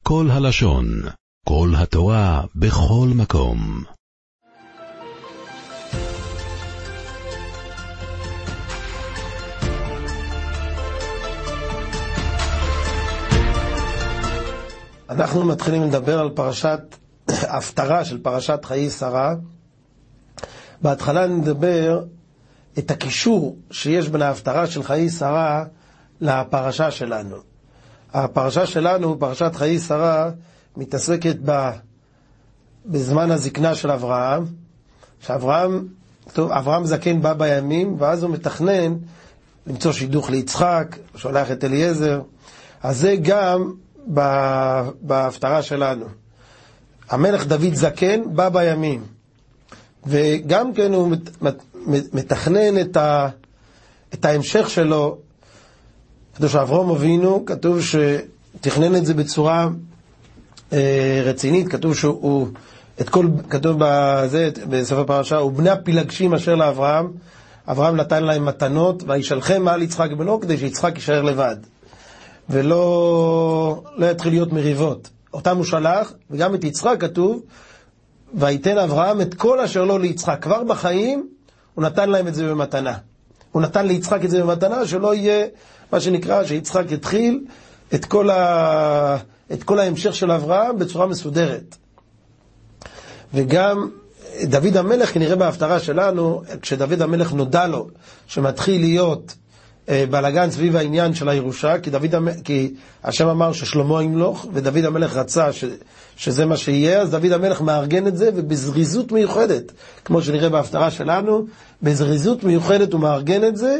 כל הלשון, כל התורה, בכל מקום. אנחנו מתחילים לדבר על פרשת ההפטרה של פרשת חיי שרה. בהתחלה נדבר את הקישור שיש בין ההפטרה של חיי שרה לפרשה שלנו. הפרשה שלנו, פרשת חיי שרה, מתעסקת בזמן הזקנה של אברהם. אברהם זקן בא בימים, ואז הוא מתכנן למצוא שידוך ליצחק, שולח את אליעזר. אז זה גם בהפטרה שלנו. המלך דוד זקן בא בימים, וגם כן הוא מתכנן את ההמשך שלו. כתוב שאברהם אבינו, כתוב שתכנן את זה בצורה רצינית. כתוב שהוא כתוב בספר פרשה, ובני הפילגשים אשר לאברהם, אברהם נתן להם מתנות, וישלחם מעל יצחק בנו, כדי שיצחק יישאר לבד ולא יתחיל להיות מריבות. אותם הוא שלח, וגם את יצחק כתוב, ויתן אברהם את כל אשר לו ליצחק. כבר בחיים הוא נתן להם את זה במתנה. הוא נתן ליצחק את זה במתנה, שלא יהיה מה שנקרא, שיצחק יתחיל את כל ההמשך של אברהם בצורה מסודרת. וגם דוד המלך, כנראה בהפטרה שלנו, כשדוד המלך נודע לו שמתחיל להיות בלגן סביב העניין של הירושה, כי השם אמר ששלמה ימלוך, ודוד המלך רצה שזה מה שיהיה, אז דוד המלך מארגן את זה, ובזריזות מיוחדת, כמו שנראה בהפטרה שלנו, בזריזות מיוחדת הוא מארגן את זה,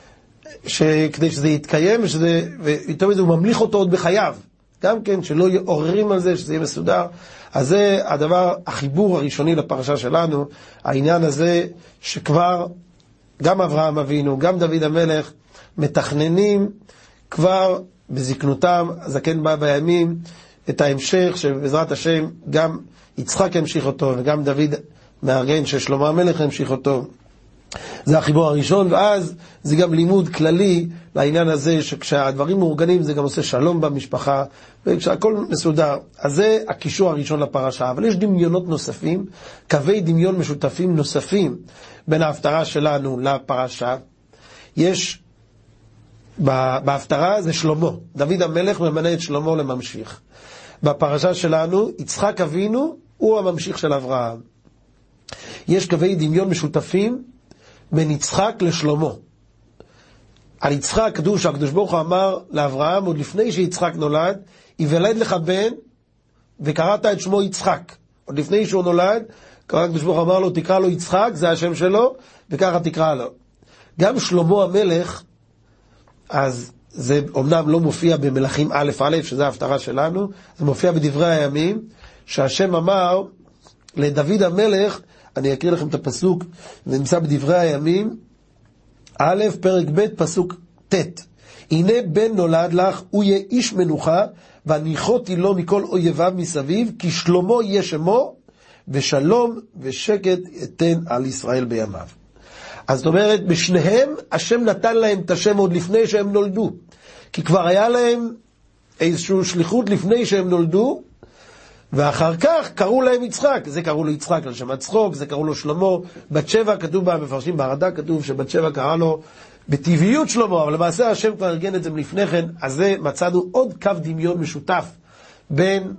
כדי שזה יתקיים, ואיתו מזה הוא ממליך אותו עוד בחייו, גם כן, שלא יהיו עוררים על זה, שזה יהיה מסודר. אז זה הדבר, החיבור הראשוני לפרשה שלנו, העניין הזה שכבר גם אברהם אבינו, גם דוד המלך, מתכננים כבר בזקנותם, זקן בא בימים, את ההמשך שבעזרת השם גם יצחק ימשיך אותו, וגם דוד מארגן ששלמה המלך ימשיך אותו. זה החיבור הראשון, ואז זה גם לימוד כללי לעניין הזה, שכשהדברים מאורגנים זה גם עושה שלום במשפחה, וכשהכל מסודר. אז זה הקישור הראשון לפרשה. אבל יש דמיונות נוספים, קווי דמיון משותפים נוספים בין ההפטרה שלנו לפרשה. יש בהפטרה זה שלמה, דוד המלך ממנה את שלמה לממשיך. בפרשה שלנו יצחק אבינו הוא הממשיך של אברהם. יש קווי דמיון משותפים בין יצחק לשלמה. על יצחק כתוב שהקדוש ברוך הוא אמר לאברהם עוד לפני שיצחק נולד, יוולד לך בן וקראת את שמו יצחק. עוד לפני שהוא נולד, הקדוש ברוך הוא אמר לו תקרא לו יצחק, זה השם שלו, וככה תקרא לו. גם שלמה המלך, אז זה אומנם לא מופיע במלכים א' א', שזה ההפטרה שלנו, זה מופיע בדברי הימים, שהשם אמר לדוד המלך, אני אקריא לכם את הפסוק, זה נמצא בדברי הימים, א', פרק ב', פסוק ט'. הנה בן נולד לך, הוא יהיה איש מנוחה, והניחותי לו מכל אויביו מסביב, כי שלמה יהיה שמו, ושלום ושקט יתן על ישראל בימיו. אז זאת אומרת, בשניהם השם נתן להם את השם עוד לפני שהם נולדו, כי כבר היה להם איזושהי שליחות לפני שהם נולדו, ואחר כך קראו להם יצחק. זה קראו לו יצחק על שם הצחוק, זה קראו לו שלמה. בת שבע כתוב במפרשים בהרד"ק, כתוב שבת שבע קרא לו בטבעיות שלמה, אבל למעשה השם כבר ארגן את זה מלפני כן. אז זה מצאנו עוד קו דמיון משותף בין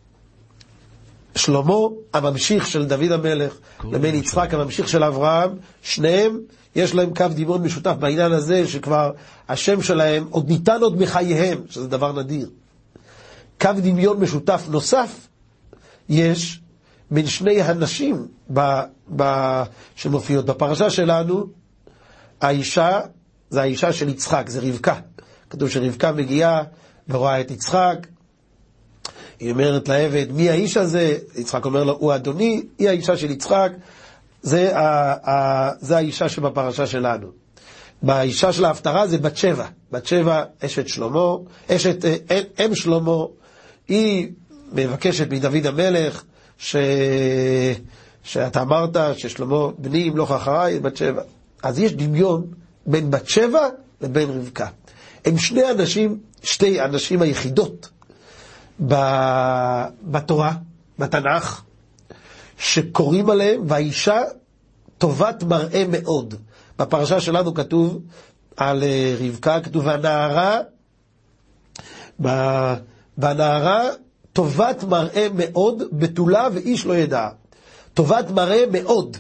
שלמה הממשיך של דוד המלך לבין יצחק הממשיך של אברהם. שניהם יש להם קו דמיון משותף בעניין הזה, שכבר השם שלהם עוד ניתן עוד מחייהם, שזה דבר נדיר. קו דמיון משותף נוסף יש בין שני הנשים שמופיעות בפרשה שלנו. האישה, זה האישה של יצחק, זה רבקה. כתוב שרבקה מגיעה ורואה את יצחק, היא אומרת לעבד, מי האיש הזה? יצחק אומר לו, הוא אדוני. היא האישה של יצחק, זה האישה שבפרשה שלנו. באישה של ההפטרה זה בת שבע. בת שבע, אשת שלמה, אם שלמה, היא מבקשת מדוד המלך, שאתה אמרת ששלמה בני ימלוך אחריי, בת שבע. אז יש דמיון בין בת שבע לבין רבקה. הם שתי הנשים היחידות בתורה, בתנ"ך, שקוראים עליהם, והאישה טובת מראה מאוד. בפרשה שלנו כתוב על רבקה, כתוב בנערה טובת מראה מאוד, בתולה ואיש לא ידע. טובת מראה מאוד.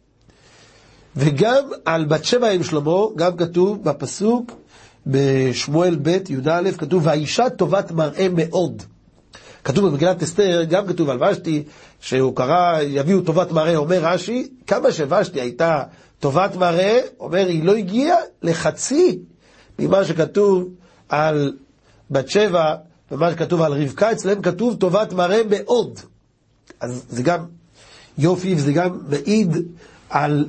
וגם על בת שבע עם שלמה, גם כתוב בפסוק, בשמואל ב' י"א, כתוב, והאישה טובת מראה מאוד. כתוב במגילת אסתר, גם כתוב על ושתי, שהוא קרא, יביאו טובת מראה, אומר רש"י, כמה שוושתי הייתה טובת מראה, אומר, היא לא הגיעה לחצי ממה שכתוב על בת שבע, ומה שכתוב על רבקה, אצלם כתוב טובת מראה מאוד. אז זה גם יופי, וזה גם מעיד על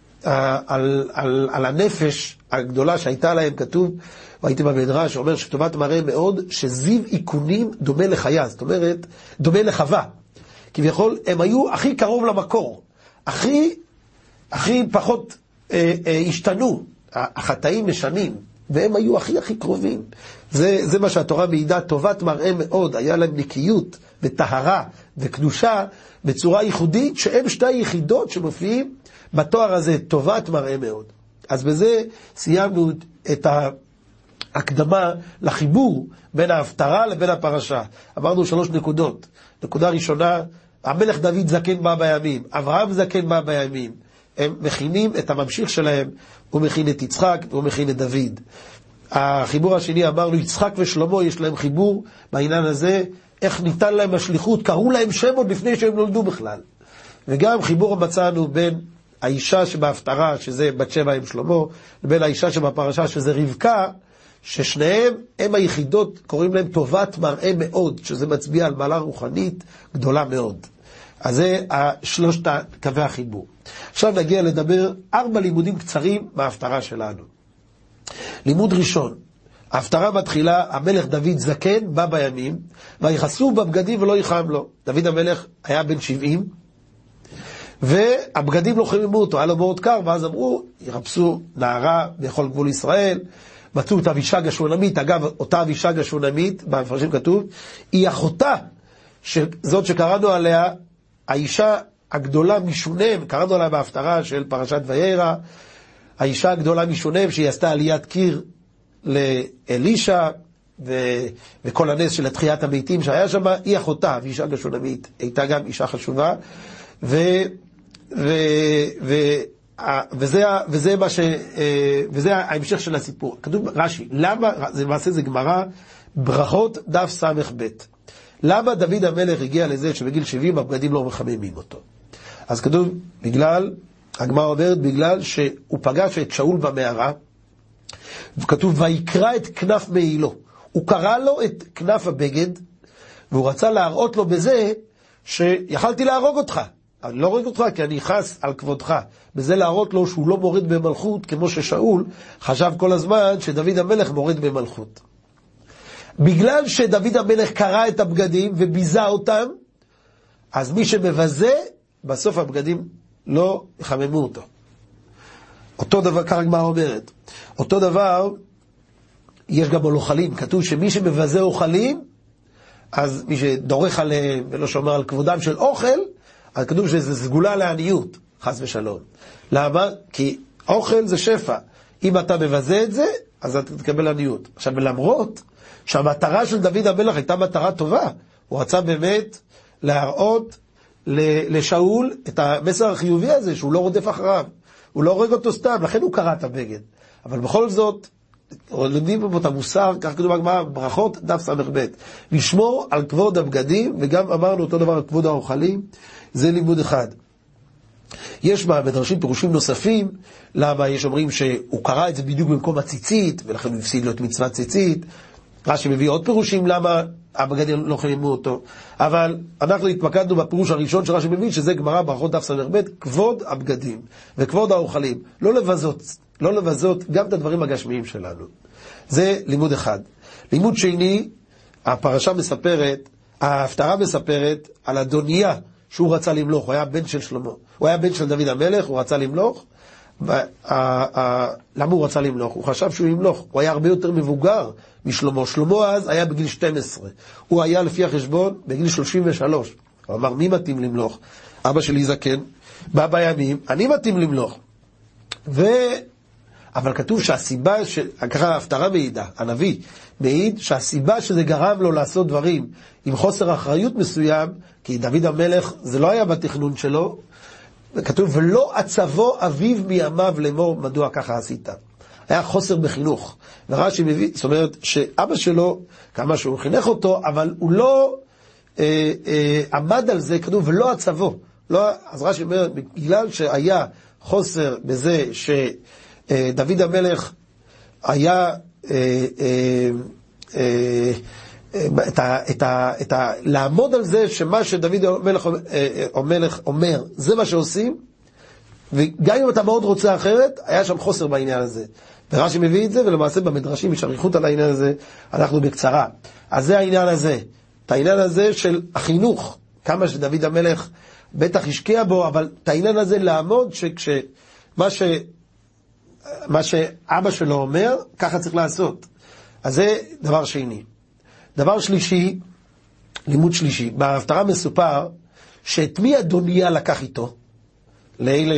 הנפש הגדולה שהייתה להם. כתוב, והייתי במדרש שאומר שטובת מראה מאוד, שזיו עיקונים דומה לחיה, זאת אומרת, דומה לחווה. כביכול, הם היו הכי קרוב למקור, הכי פחות השתנו, החטאים משנים, והם היו הכי קרובים. זה מה שהתורה מעידה, טובת מראה מאוד, היה להם נקיות וטהרה וקדושה בצורה ייחודית, שהם שתי היחידות שמופיעים בתואר הזה, טובת מראה מאוד. אז בזה סיימנו את ההקדמה לחיבור בין ההפטרה לבין הפרשה. אמרנו 3 נקודות. נקודה ראשונה, המלך דוד זקן בא בימים, אברהם זקן בא בימים. הם מכינים את הממשיך שלהם, הוא מכין את יצחק, הוא מכין את דוד. החיבור השני, אמרנו, יצחק ושלמה יש להם חיבור בעניין הזה, איך ניתן להם השליחות, קראו להם שם עוד לפני שהם נולדו בכלל. וגם חיבור מצאנו בין האישה שבהפטרה, שזה בת שבע עם שלמה, לבין האישה שבפרשה, שזה רבקה, ששניהם הם היחידות, קוראים להם טובת מראה מאוד, שזה מצביע על מעלה רוחנית גדולה מאוד. אז זה 3 קווי החיבור. עכשיו נגיע לדבר 4 לימודים קצרים בהפטרה שלנו. לימוד ראשון, ההפטרה מתחילה, המלך דוד זקן בא בימים, ויחסו בבגדים ולא יחם לו. דוד המלך היה בן 70, והבגדים לא חיממו אותו, היה לו מאוד קר, ואז אמרו, ירפסו נערה בכל גבול ישראל, מצאו את אבישג השונמית. אגב, אותה אבישג השונמית, במפרשים כתוב, היא אחותה, זאת שקראנו עליה, האישה הגדולה משונם, קראנו עליה בהפטרה של פרשת וירא, האישה הגדולה משונם, שהיא עשתה עליית קיר לאלישע, וכל הנס של תחיית המתים שהיה שם, היא אחותה, אבישג השונמית, הייתה גם אישה חשובה, וזה ההמשך של הסיפור. כתוב רש"י, למה, למעשה זה גמרא, ברכות דף סמך ב', למה דוד המלך הגיע לזה שבגיל 70 הבגדים לא מחממים אותו? אז כתוב, הגמרא אומרת, בגלל שהוא פגש את שאול במערה, וכתוב, ויקרא את כנף מעילו. הוא קרא לו את כנף הבגד, והוא רצה להראות לו בזה, שיכלתי להרוג אותך. אני לא הורג אותך כי אני חס על כבודך. בזה להראות לו שהוא לא מורד במלכות, כמו ששאול חשב כל הזמן שדוד המלך מורד במלכות. בגלל שדוד המלך קרא את הבגדים וביזה אותם, אז מי שמבזה, בסוף הבגדים לא יחממו אותו. אותו דבר, כך הגמרא אומרת. אותו דבר, יש גם על אוכלים. כתוב שמי שמבזה אוכלים, אז מי שדורך עליהם ולא שומר על כבודם של אוכל, אז כתוב שזה סגולה לעניות, חס ושלום. למה? כי אוכל זה שפע. אם אתה מבזה את זה, אז אתה תקבל עניות. עכשיו, למרות שהמטרה של דוד המלך הייתה מטרה טובה, הוא רצה באמת להראות לשאול את המסר החיובי הזה, שהוא לא רודף אחריו. הוא לא הורג אותו סתם, לכן הוא קרא את הבגד. אבל בכל זאת, לומדים פה את המוסר, כך כתוב בגמרא, ברכות דף סמך ב', לשמור על כבוד הבגדים, וגם אמרנו אותו דבר על כבוד האוכלים, זה לימוד אחד. יש במדרשים פירושים נוספים, למה יש אומרים שהוא קרא את זה בדיוק במקום הציצית, ולכן הוא הפסיד לו את מצוות ציצית. רש"י מביא עוד פירושים למה הבגדים לא חיממו אותו, אבל אנחנו התמקדנו בפירוש הראשון שרש"י מביא, שזה גמרא ברכות דף סמך ב', כבוד הבגדים וכבוד האוכלים, לא לבזות גם את הדברים הגשמיים שלנו. זה לימוד אחד. לימוד שני, הפרשה מספרת, ההפטרה מספרת על אדוניה שהוא רצה למלוך. הוא היה בן של שלמה, הוא היה בן של דוד המלך, הוא רצה למלוך. למה הוא רצה למלוך? הוא חשב שהוא ימלוך, הוא היה הרבה יותר מבוגר משלמה. שלמה אז היה בגיל 12, הוא היה לפי החשבון בגיל 33. הוא אמר, מי מתאים למלוך? אבא שלי זקן, בא בימים, אני מתאים למלוך. אבל כתוב שהסיבה, ככה ההפטרה מעידה, הנביא מעיד שהסיבה שזה גרם לו לעשות דברים עם חוסר אחריות מסוים, כי דוד המלך זה לא היה בתכנון שלו, כתוב, ולא עצבו אביו מימיו לאמור מדוע ככה עשית. היה חוסר בחינוך. ורש"י מביא, זאת אומרת שאבא שלו, כמה שהוא חינך אותו, אבל הוא לא עמד על זה, כתוב, ולא עצבו. לא, אז רש"י אומר, בגלל שהיה חוסר בזה שדוד המלך היה לעמוד על זה שמה שדוד המלך אומר, זה מה שעושים, וגם אם אתה מאוד רוצה אחרת, היה שם חוסר בעניין הזה. ורש"י מביא את זה, ולמעשה במדרשים יש אריכות על העניין הזה, אנחנו בקצרה. אז זה העניין הזה, את העניין הזה של החינוך, כמה שדוד המלך בטח השקיע בו, אבל את העניין הזה לעמוד מה שאבא שלו אומר, ככה צריך לעשות. אז זה דבר שני. דבר שלישי, לימוד שלישי, בהפטרה מסופר שאת מי אדוניה לקח איתו? לאלה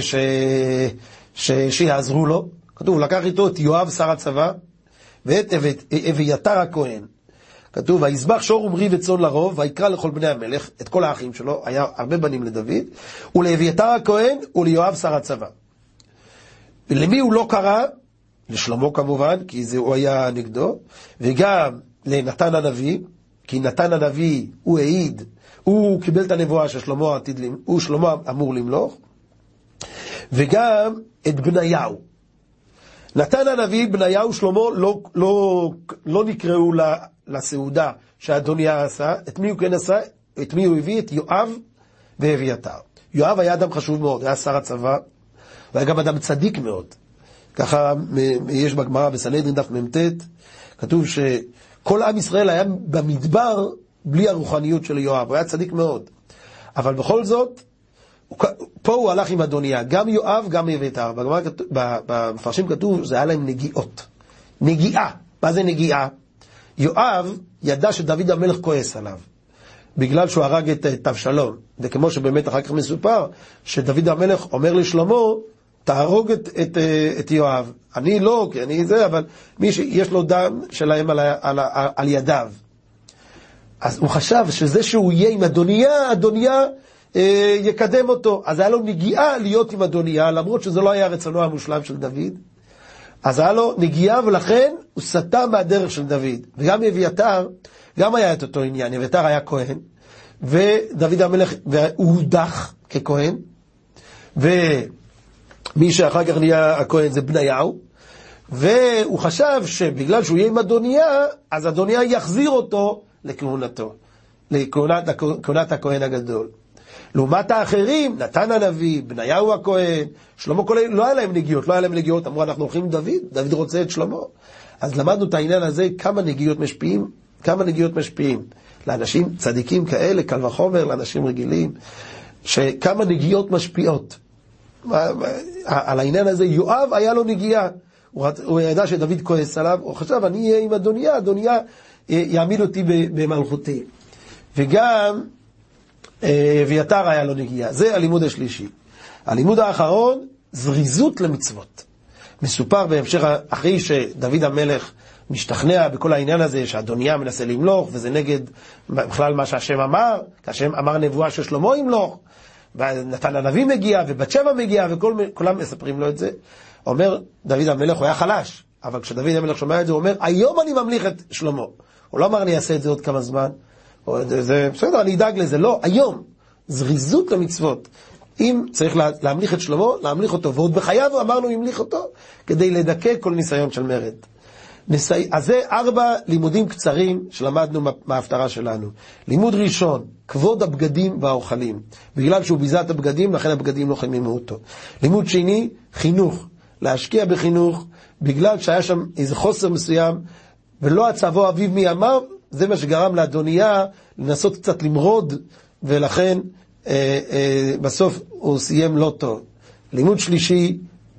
שיעזרו לו. כתוב, לקח איתו את יואב שר הצבא ואת אביתר הכהן. כתוב, ויזבח שור ומרי וצאן לרוב, ויקרא לכל בני המלך, את כל האחים שלו, היה הרבה בנים לדוד, ולאביתר הכהן וליואב שר הצבא. ולמי הוא לא קרא? לשלמה כמובן, כי זה הוא היה נגדו, וגם לנתן הנביא, כי נתן הנביא הוא העיד, הוא קיבל את הנבואה ששלמה שלמה אמור למלוך, וגם את בניהו. נתן הנביא, בניהו, שלמה לא נקראו לסעודה שאדוניה עשה. את מי הוא כן עשה? את מי הוא הביא? את יואב ואביתר. יואב היה אדם חשוב מאוד, היה שר הצבא, הוא היה גם אדם צדיק מאוד. ככה יש בגמרא בסנהדרין דף מ"ט, כתוב שכל עם ישראל היה במדבר בלי הרוחניות של יואב, הוא היה צדיק מאוד. אבל בכל זאת, פה הוא הלך עם אדוניה, גם יואב, גם אביתר. במפרשים כתוב, זה היה להם נגיעות. נגיעה. מה זה נגיעה? יואב ידע שדוד המלך כועס עליו, בגלל שהוא הרג את אבשלום. וכמו שבאמת אחר כך מסופר, שדוד המלך אומר לשלמה, תהרוג את יואב. אני לא, כי אני זה, אבל מי שיש לו דם שלהם על ידיו. אז הוא חשב שזה שהוא יהיה עם אדוניה יקדם אותו. אז היה לו נגיעה להיות עם אדוניה, למרות שזה לא היה רצונו המושלם של דוד. אז היה לו נגיעה, ולכן הוא סטה מהדרך של דוד. וגם אביתר, גם היה את אותו עניין. אביתר היה כהן, ודוד המלך, הוא הודח ככהן, ומי שאחר כך נהיה הכהן זה בניהו, והוא חשב שבגלל שהוא יהיה עם אדוניה, אז אדוניה יחזיר אותו לכהונתו, לכהונת הכהן הגדול. לעומת האחרים, נתן הנביא, בניהו הכהן, שלמה כהן, לא היה להם נגיעות, אמרו אנחנו הולכים עם דוד רוצה את שלמה. אז למדנו את העניין הזה, כמה נגיעות משפיעים, לאנשים צדיקים כאלה, קל וחומר, לאנשים רגילים, שכמה נגיעות משפיעות. על העניין הזה, יואב היה לו נגיעה, הוא ידע שדוד כועס עליו, הוא חשב, אני אהיה עם אדוניה יעמיד אותי במלכותי. וגם אביתר היה לו נגיעה. זה הלימוד השלישי. הלימוד האחרון, זריזות למצוות. מסופר בהמשך, אחרי שדוד המלך משתכנע בכל העניין הזה, שאדוניה מנסה למלוך, וזה נגד בכלל מה שהשם אמר, כי השם אמר נבואה ששלמה ימלוך, ונתן הנביא מגיע, ובת שבע מגיע, וכולם מספרים לו את זה. אומר, דוד המלך הוא היה חלש, אבל כשדוד המלך שומע את זה, הוא אומר, היום אני ממליך את שלמה. הוא לא אמר, אני אעשה את זה עוד כמה זמן, זה בסדר, אני אדאג לזה. לא, היום, זריזות למצוות. אם צריך להמליך את שלמה, להמליך אותו, ועוד בחייו אמרנו, ימליך אותו, כדי לדכא כל ניסיון של מרד. אז זה 4 לימודים קצרים שלמדנו מההפטרה שלנו. לימוד ראשון, כבוד הבגדים והאוכלים. בגלל שהוא ביזה את הבגדים, לכן הבגדים לא חיממו אותו. לימוד שני, חינוך. להשקיע בחינוך, בגלל שהיה שם איזה חוסר מסוים, ולא עצבו אביו מימיו, זה מה שגרם לאדוניה לנסות קצת למרוד, ולכן בסוף הוא סיים לא טוב. לימוד שלישי,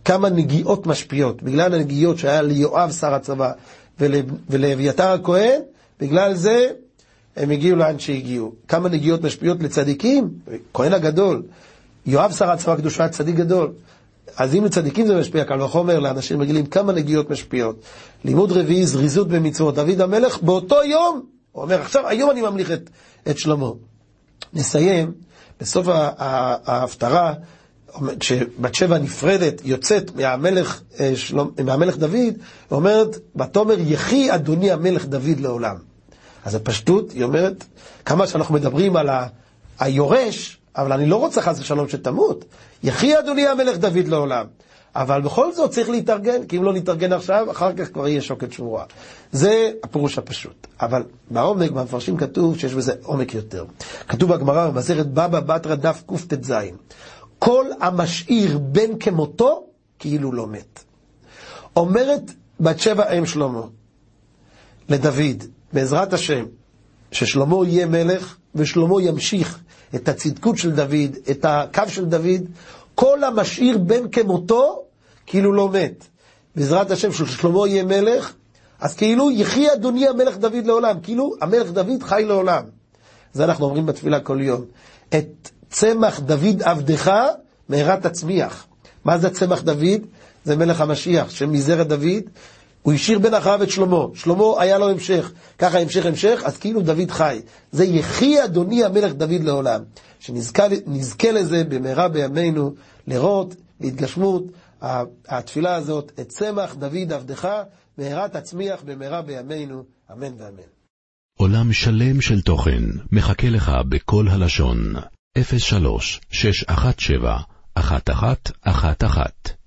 כמה נגיעות משפיעות, בגלל הנגיעות שהיה ליואב שר הצבא ולאביתר הכהן, בגלל זה הם הגיעו לאן שהגיעו. כמה נגיעות משפיעות לצדיקים, כהן הגדול, יואב שר הצבא קדוש היה צדיק גדול, אז אם לצדיקים זה משפיע, קל וחומר לאנשים רגילים, כמה נגיעות משפיעות. לימוד רביעי, זריזות במצוות. דוד המלך באותו יום, הוא אומר, עכשיו, היום אני ממליך את שלמה. נסיים, בסוף ההפטרה, כשבת שבע נפרדת, יוצאת מהמלך דוד, אומרת, בתומר, יחי אדוני המלך דוד לעולם. אז הפשטות, היא אומרת, כמה שאנחנו מדברים על היורש, אבל אני לא רוצה חס ושלום שתמות. יחי אדוני המלך דוד לעולם. אבל בכל זאת צריך להתארגן, כי אם לא נתארגן עכשיו, אחר כך כבר יהיה שוקת שבורה. זה הפירוש הפשוט. אבל בעומק, במפרשים כתוב שיש בזה עומק יותר. כתוב בגמרא, במסכת בבא בתרא דף קט"ז. כל המשאיר בן כמותו, כאילו לא מת. אומרת בת שבע אם שלמה, לדוד, בעזרת השם, ששלמה יהיה מלך, ושלמה ימשיך את הצדקות של דוד, את הקו של דוד, כל המשאיר בן כמותו, כאילו לא מת. בעזרת השם ששלמה יהיה מלך, אז כאילו יחי אדוני המלך דוד לעולם, כאילו המלך דוד חי לעולם. זה אנחנו אומרים בתפילה כל יום. את צמח דוד עבדך, מהרה תצמיח. מה זה צמח דוד? זה מלך המשיח, שמזרע דוד, הוא השאיר בין אחריו את שלמה. שלמה היה לו המשך, ככה המשך, אז כאילו דוד חי. זה יחי אדוני המלך דוד לעולם. שנזכה לזה במהרה בימינו, לראות בהתגשמות התפילה הזאת, את צמח דוד עבדך, מהרה תצמיח במהרה בימינו, אמן ואמן. עולם שלם של תוכן מחכה לך בכל הלשון. 03-617-1111